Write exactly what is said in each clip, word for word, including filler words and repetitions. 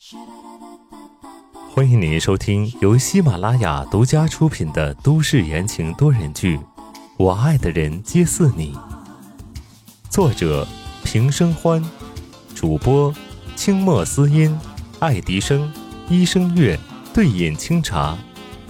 欢迎您收听由喜马拉雅独家出品的都市言情多人剧《我爱的人皆似你》，作者平生欢，主播清墨思音、爱迪生、医生月、对饮清茶。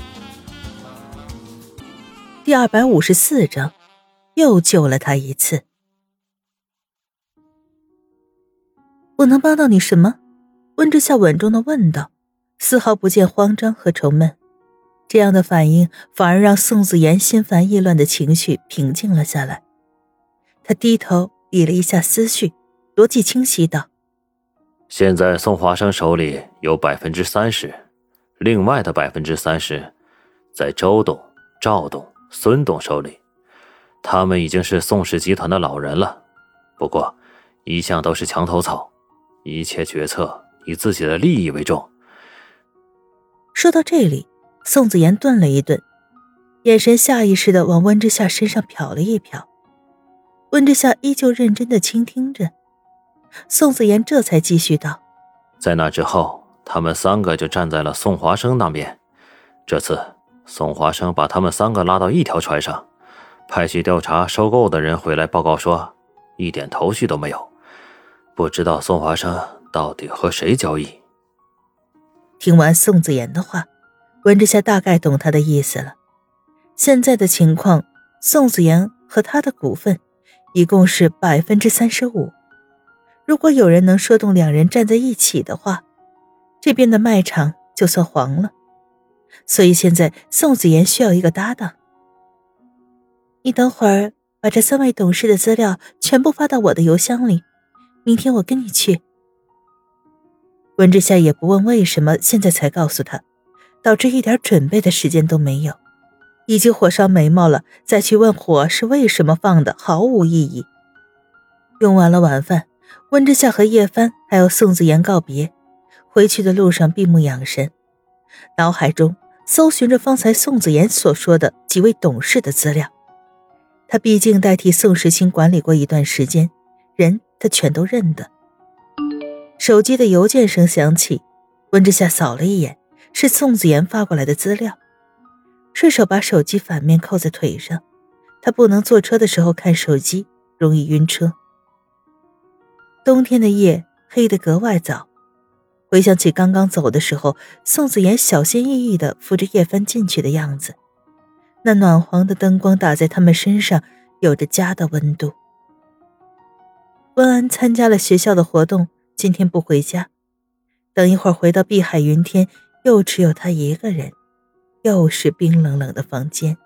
第二百五十四章，又救了他一次。我能帮到你什么？温之夏稳重地问道，丝毫不见慌张和愁闷。这样的反应反而让宋子妍心烦意乱的情绪平静了下来。他低头理了一下思绪，逻辑清晰道： 现在宋华生手里有 百分之三十， 另外的 百分之三十 在周董、赵董、孙董手里。他们已经是宋氏集团的老人了，不过一向都是墙头草，一切决策以自己的利益为重。 说到这里，宋子妍顿了一顿，眼神下意识地往温之夏身上瞟了一瞟。温之夏依旧认真地倾听着，宋子妍这才继续道： 在那之后，他们三个就站在了宋华生那边。这次宋华生把他们三个拉到一条船上，派去调查收购的人回来报告说一点头绪都没有，不知道宋华生到底和谁交易。 听完宋子妍的话，温之夏大概懂他的意思了。现在的情况，宋子妍和他的股份一共是 百分之三十五。 如果有人能说动两人站在一起的话，这边的卖场就算黄了。所以现在宋子妍需要一个搭档。你等会儿把这三位董事的资料全部发到我的邮箱里，明天我跟你去。温之夏也不问为什么现在才告诉他，导致一点准备的时间都没有，已经火烧眉毛了，再去问火是为什么放的毫无意义。用完了晚饭，温之夏和叶帆还有宋子妍告别，回去的路上闭目养神，脑海中搜寻着方才宋子妍所说的几位董事的资料。他毕竟代替宋时清管理过一段时间，人他全都认得。手机的邮件声响起，温之夏扫了一眼，是宋子妍发过来的资料，顺手把手机反面扣在腿上。他不能坐车的时候看手机，容易晕车。冬天的夜黑得格外早，回想起刚刚走的时候，宋子妍小心翼翼地扶着叶帆进去的样子，那暖黄的灯光打在他们身上，有着家的温度。温安参加了学校的活动，今天不回家，等一会儿回到碧海云天，又只有他一个人，又是冰冷冷的房间。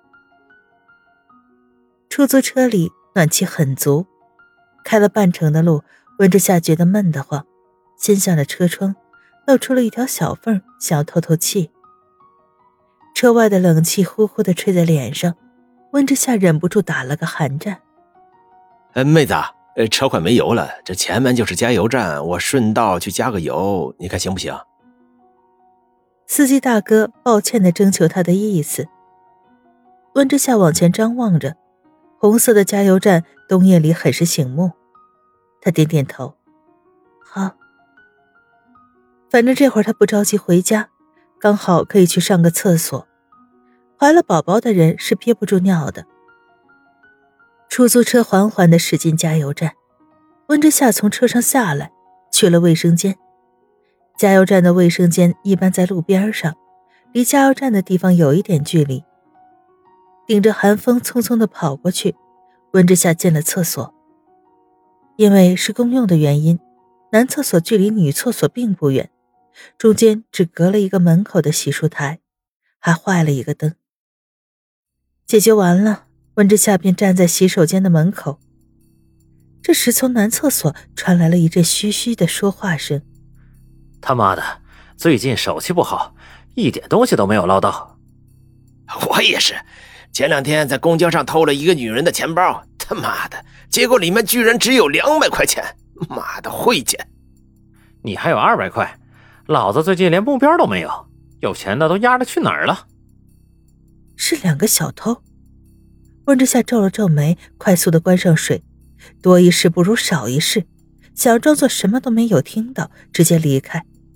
出租车里暖气很足，开了半程的路，温之夏觉得闷得慌，掀下了车窗，露出了一条小缝，想要透透气。车外的冷气呼呼地吹在脸上，温之夏忍不住打了个寒战。 呃，妹子，呃，车快没油了，这前面就是加油站，我顺道去加个油，你看行不行？ 司机大哥抱歉地征求他的意思。温之夏往前张望着，红色的加油站冬夜里很是醒目。他点点头，好。反正这会儿他不着急回家，刚好可以去上个厕所。怀了宝宝的人是憋不住尿的。出租车缓缓地驶进加油站，温之夏从车上下来，去了卫生间。加油站的卫生间一般在路边上，离加油站的地方有一点距离。顶着寒风匆匆地跑过去，温之夏进了厕所。因为是公用的原因，男厕所距离女厕所并不远，中间只隔了一个门口的洗漱台，还坏了一个灯。解决完了，温之夏便站在洗手间的门口。这时从男厕所传来了一阵嘘嘘的说话声。 他妈的，最近手气不好，一点东西都没有捞到。 我也是，前两天在公交上偷了一个女人的钱包，他妈的，结果里面居然只有两百块钱，妈的晦气。 你还有二百块，老子最近连目标都没有，有钱的都压着去哪儿了？ 是两个小偷。温之夏皱了皱眉，快速地关上水，多一事不如少一事，想要装作什么都没有听到，直接离开。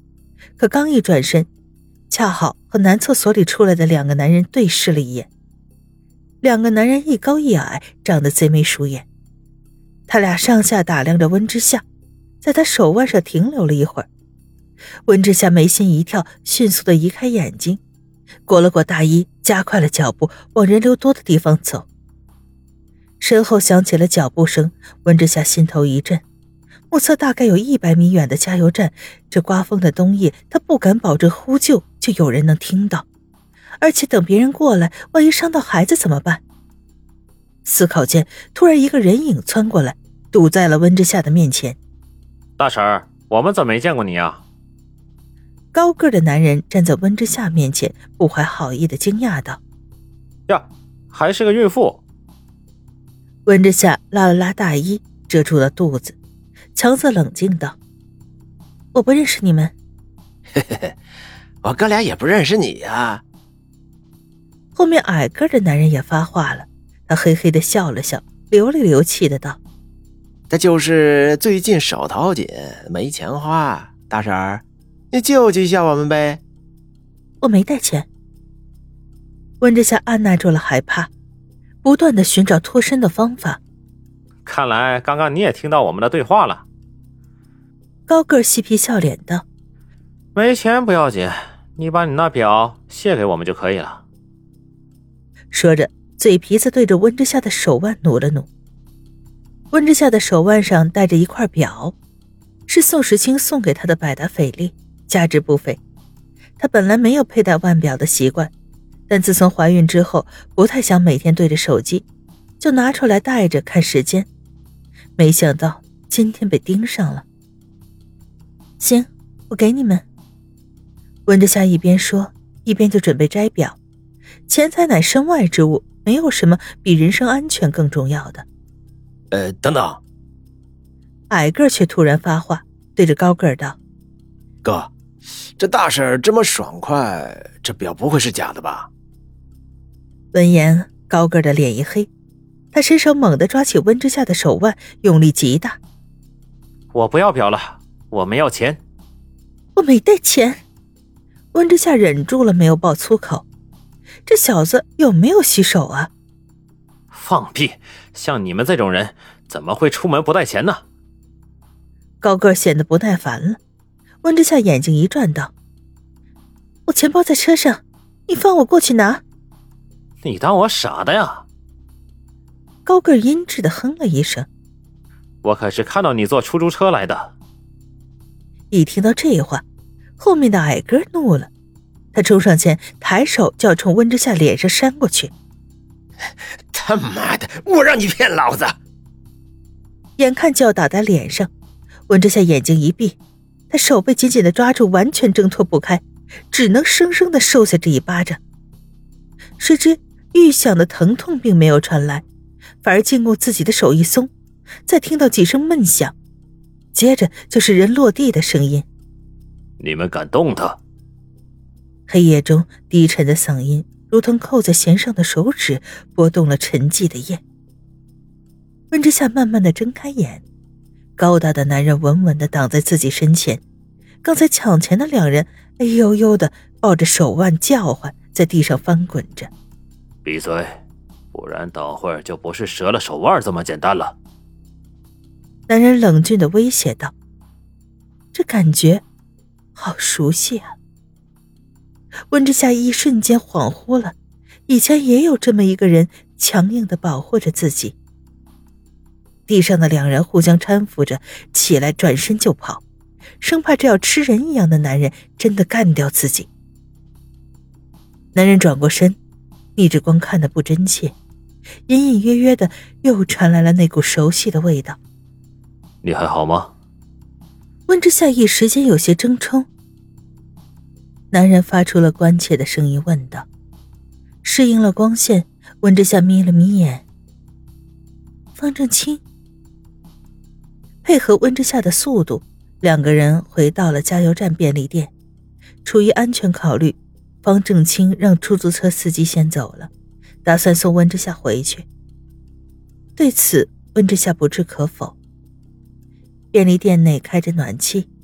可刚一转身，恰好和男厕所里出来的两个男人对视了一眼。两个男人一高一矮，长得贼眉鼠眼。他俩上下打量着温之夏，在他手腕上停留了一会儿。温之夏眉心一跳，迅速地移开眼睛，裹了裹大衣，加快了脚步，往人流多的地方走。身后响起了脚步声，温之夏心头一震。目测大概有一百米远的加油站，这刮风的冬夜，他不敢保证呼救就有人能听到，而且等别人过来，万一伤到孩子怎么办？思考间，突然一个人影窜过来，堵在了温之夏的面前。 大婶儿，我们怎么没见过你啊？ 高个的男人站在温之夏面前，不怀好意地惊讶道： 呀，还是个孕妇。 温之夏拉了拉大衣，遮住了肚子，强色冷静道：我不认识你们。 嘿嘿嘿，我哥俩也不认识你呀。 后面矮个的男人也发话了，他嘿嘿地笑了笑，流里流气的道： 他就是最近手头紧，没钱花，大婶儿，你救济一下我们呗。 我没带钱。温之夏按捺住了害怕，不断地寻找脱身的方法。 看来刚刚你也听到我们的对话了。 高个嬉皮笑脸道： 没钱不要紧，你把你那表卸给我们就可以了。 说着，嘴皮子对着温之夏的手腕努了努。温之夏的手腕上戴着一块表，是宋时清送给他的百达翡丽，价值不菲。他本来没有佩戴腕表的习惯，但自从怀孕之后，不太想每天对着手机，就拿出来戴着看时间。没想到今天被盯上了。行，我给你们。温之夏一边说，一边就准备摘表。钱财乃身外之物，没有什么比人身安全更重要的。 呃，等等。 矮个却突然发话，对着高个道： 哥，这大婶这么爽快，这表不会是假的吧？ 闻言，高个的脸一黑，他伸手猛地抓起温之夏的手腕，用力极大。 我不要表了，我没要钱。 我没带钱。温之夏忍住了没有爆粗口，这小子有没有洗手啊？ 放屁，像你们这种人怎么会出门不带钱呢？ 高个显得不耐烦了。温之夏眼睛一转道：我钱包在车上，你放我过去拿。 你当我傻的呀？ 高个阴质地哼了一声。 我可是看到你坐出租车来的。 一听到这话，后面的矮个怒了，他冲上前，抬手就要冲温之夏脸上扇过去。 他妈的，我让你骗老子！ 眼看就要打在脸上，温之夏眼睛一闭，他手被紧紧地抓住，完全挣脱不开，只能生生地受下这一巴掌。谁知预想的疼痛并没有传来，反而经过自己的手一松，再听到几声闷响，接着就是人落地的声音。 你们敢动他？ 黑夜中低沉的嗓音如同扣在弦上的手指，拨动了沉寂的夜。温之夏慢慢地睁开眼，高大的男人稳稳地挡在自己身前，刚才抢钱的两人哎呦呦地抱着手腕叫唤，在地上翻滚着。 闭嘴，不然等会儿就不是折了手腕这么简单了。 男人冷峻地威胁道。这感觉好熟悉啊。温之夏一瞬间恍惚了，以前也有这么一个人强硬地保护着自己。地上的两人互相搀扶着起来，转身就跑，生怕这要吃人一样的男人真的干掉自己。男人转过身，逆着光看得不真切，隐隐约约的又传来了那股熟悉的味道。 你还好吗？ 温之夏一时间有些怔忡。男人发出了关切的声音问道。适应了光线，温之夏眯了眯眼。方正清。配合温之夏的速度，两个人回到了加油站便利店。出于安全考虑，方正清让出租车司机先走了，打算送温之夏回去。对此，温之夏不置可否。便利店内开着暖气，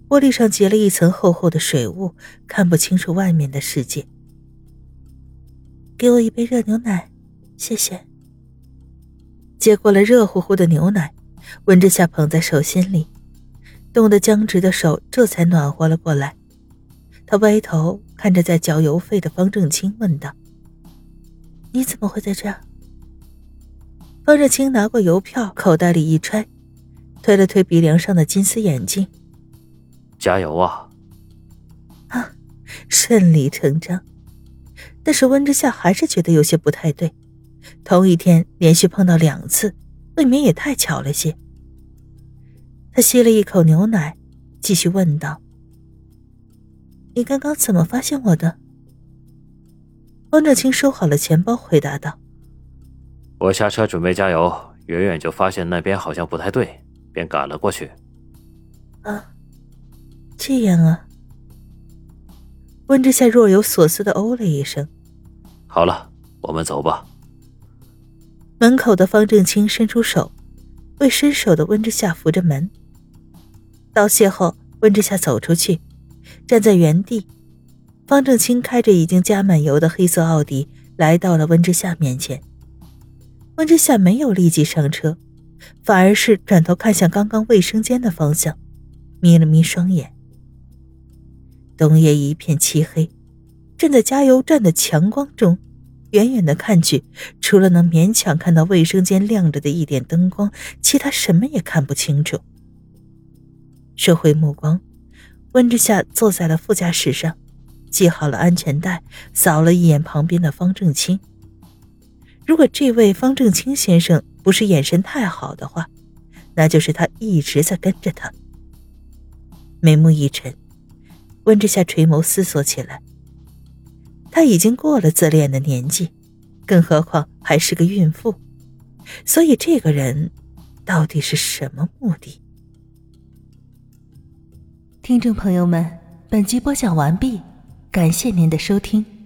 玻璃上结了一层厚厚的水雾，看不清楚外面的世界。给我一杯热牛奶，谢谢。接过了热乎乎的牛奶，温之夏捧在手心里，冻得僵直的手这才暖和了过来。他歪头看着在缴邮费的方正清问道：你怎么会在这儿？方正清拿过邮票，口袋里一揣，推了推鼻梁上的金丝眼镜。 加油啊！ 啊，顺理成章。但是温之夏还是觉得有些不太对，同一天连续碰到两次，未免也太巧了些。他吸了一口牛奶，继续问道：你刚刚怎么发现我的？方正清收好了钱包，回答道： 我下车准备加油，远远就发现那边好像不太对，便赶了过去。 啊，这样啊。温之夏若有所思地哦了一声。 好了，我们走吧。 门口的方正清伸出手，为伸手的温之夏扶着门。道谢后，温之夏走出去，站在原地。方正清开着已经加满油的黑色奥迪来到了温之夏面前。温之夏没有立即上车，反而是转头看向刚刚卫生间的方向，眯了眯双眼。冬夜一片漆黑，站在加油站的强光中，远远的看去，除了能勉强看到卫生间亮着的一点灯光，其他什么也看不清楚。收回目光，温之夏坐在了副驾驶上，系好了安全带，扫了一眼旁边的方正清。如果这位方正清先生不是眼神太好的话，那就是他一直在跟着他。眉目一沉，温之夏垂眸思索起来。他已经过了自恋的年纪，更何况还是个孕妇，所以这个人到底是什么目的？ 听众朋友们，本集播讲完毕，感谢您的收听。